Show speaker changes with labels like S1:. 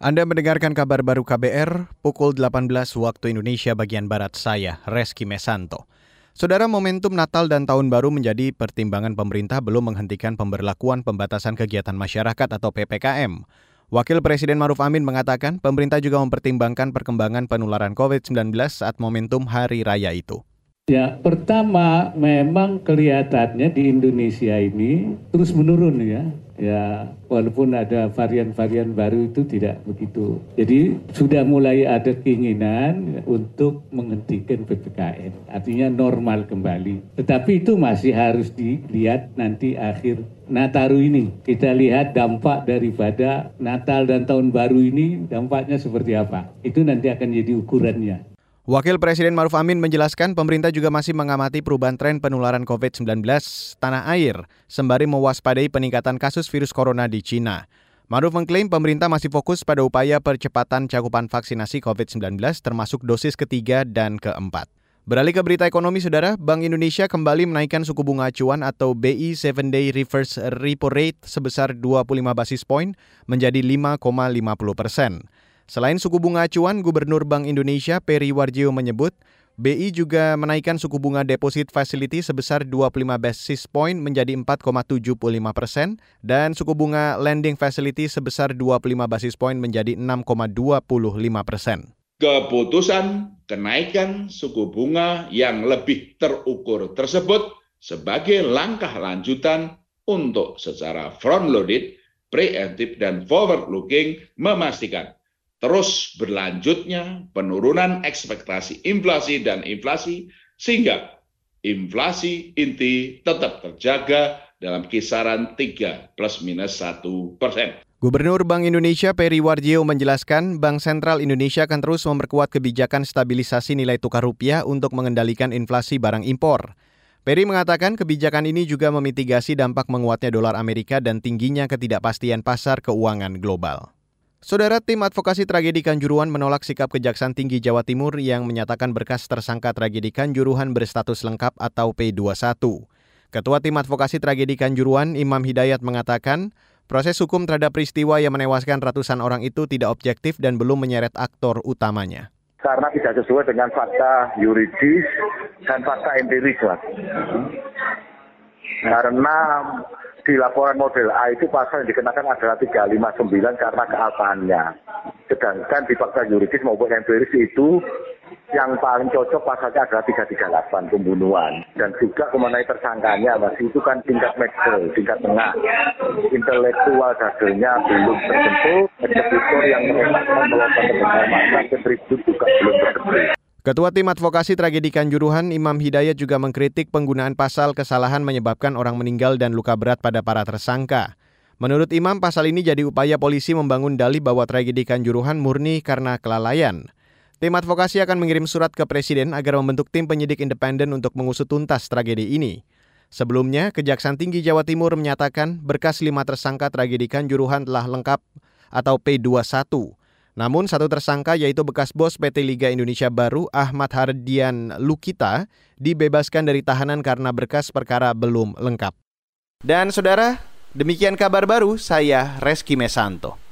S1: Anda mendengarkan kabar baru KBR pukul 18 waktu Indonesia bagian Barat, saya, Reski Mesanto. Saudara, momentum Natal dan Tahun Baru menjadi pertimbangan pemerintah belum menghentikan pemberlakuan pembatasan kegiatan masyarakat atau PPKM. Wakil Presiden Maruf Amin mengatakan pemerintah juga mempertimbangkan perkembangan penularan COVID-19 saat momentum Hari Raya itu.
S2: Ya, pertama memang kelihatannya di Indonesia ini terus menurun ya. Ya, walaupun ada varian-varian baru itu tidak begitu. Jadi sudah mulai ada keinginan untuk menghentikan PPKM. Artinya normal kembali. Tetapi itu masih harus dilihat nanti akhir Nataru ini. Kita lihat dampak daripada Natal dan Tahun Baru ini dampaknya seperti apa. Itu nanti akan jadi ukurannya.
S1: Wakil Presiden Maruf Amin menjelaskan pemerintah juga masih mengamati perubahan tren penularan COVID-19 tanah air, sembari mewaspadai peningkatan kasus virus corona di Cina. Maruf mengklaim pemerintah masih fokus pada upaya percepatan cakupan vaksinasi COVID-19 termasuk dosis ketiga dan keempat. Beralih ke berita ekonomi, Saudara, Bank Indonesia kembali menaikkan suku bunga acuan atau BI 7-Day Reverse Repo Rate sebesar 25 basis poin menjadi 5,50%. Selain suku bunga acuan, Gubernur Bank Indonesia Peri Warjio menyebut BI juga menaikkan suku bunga deposit facility sebesar 25 basis point menjadi 4,75% dan suku bunga lending facility sebesar 25 basis point menjadi 6,25%.
S3: Keputusan kenaikan suku bunga yang lebih terukur tersebut sebagai langkah lanjutan untuk secara front-loaded, preemptive, dan forward-looking memastikan terus berlanjutnya penurunan ekspektasi inflasi dan inflasi sehingga inflasi inti tetap terjaga dalam kisaran 3 plus minus 1%.
S1: Gubernur Bank Indonesia Peri Warjio menjelaskan Bank Sentral Indonesia akan terus memperkuat kebijakan stabilisasi nilai tukar rupiah untuk mengendalikan inflasi barang impor. Peri mengatakan kebijakan ini juga memitigasi dampak menguatnya dolar Amerika dan tingginya ketidakpastian pasar keuangan global. Saudara, tim advokasi tragedi Kanjuruhan menolak sikap Kejaksaan Tinggi Jawa Timur yang menyatakan berkas tersangka tragedi Kanjuruhan berstatus lengkap atau P21. Ketua tim advokasi tragedi Kanjuruhan, Imam Hidayat, mengatakan proses hukum terhadap peristiwa yang menewaskan ratusan orang itu tidak objektif dan belum menyeret aktor utamanya.
S4: Karena tidak sesuai dengan fakta yuridis dan fakta empiris, Mas. Karena di laporan model A itu pasal yang dikenakan adalah 359 karena kealpaannya. Sedangkan di fakta yuridis maupun empiris itu yang paling cocok pasalnya adalah 338 pembunuhan. Dan juga mengenai tersangkanya, Mas, itu kan tingkat makro, tingkat tengah. Intelektual dagelnya belum terbentuk, eksekutor yang melakukan pembunuhan kontribut juga belum terbentuk.
S1: Ketua Tim Advokasi Tragedi Kanjuruhan, Imam Hidayat, juga mengkritik penggunaan pasal kesalahan menyebabkan orang meninggal dan luka berat pada para tersangka. Menurut Imam, pasal ini jadi upaya polisi membangun dalih bahwa tragedi Kanjuruhan murni karena kelalaian. Tim advokasi akan mengirim surat ke Presiden agar membentuk tim penyidik independen untuk mengusut tuntas tragedi ini. Sebelumnya, Kejaksaan Tinggi Jawa Timur menyatakan berkas 5 tersangka tragedi Kanjuruhan telah lengkap atau P21. Namun satu tersangka yaitu bekas bos PT Liga Indonesia Baru Ahmad Hardian Lukita dibebaskan dari tahanan karena berkas perkara belum lengkap. Dan saudara, demikian kabar baru, saya Reski Mesanto.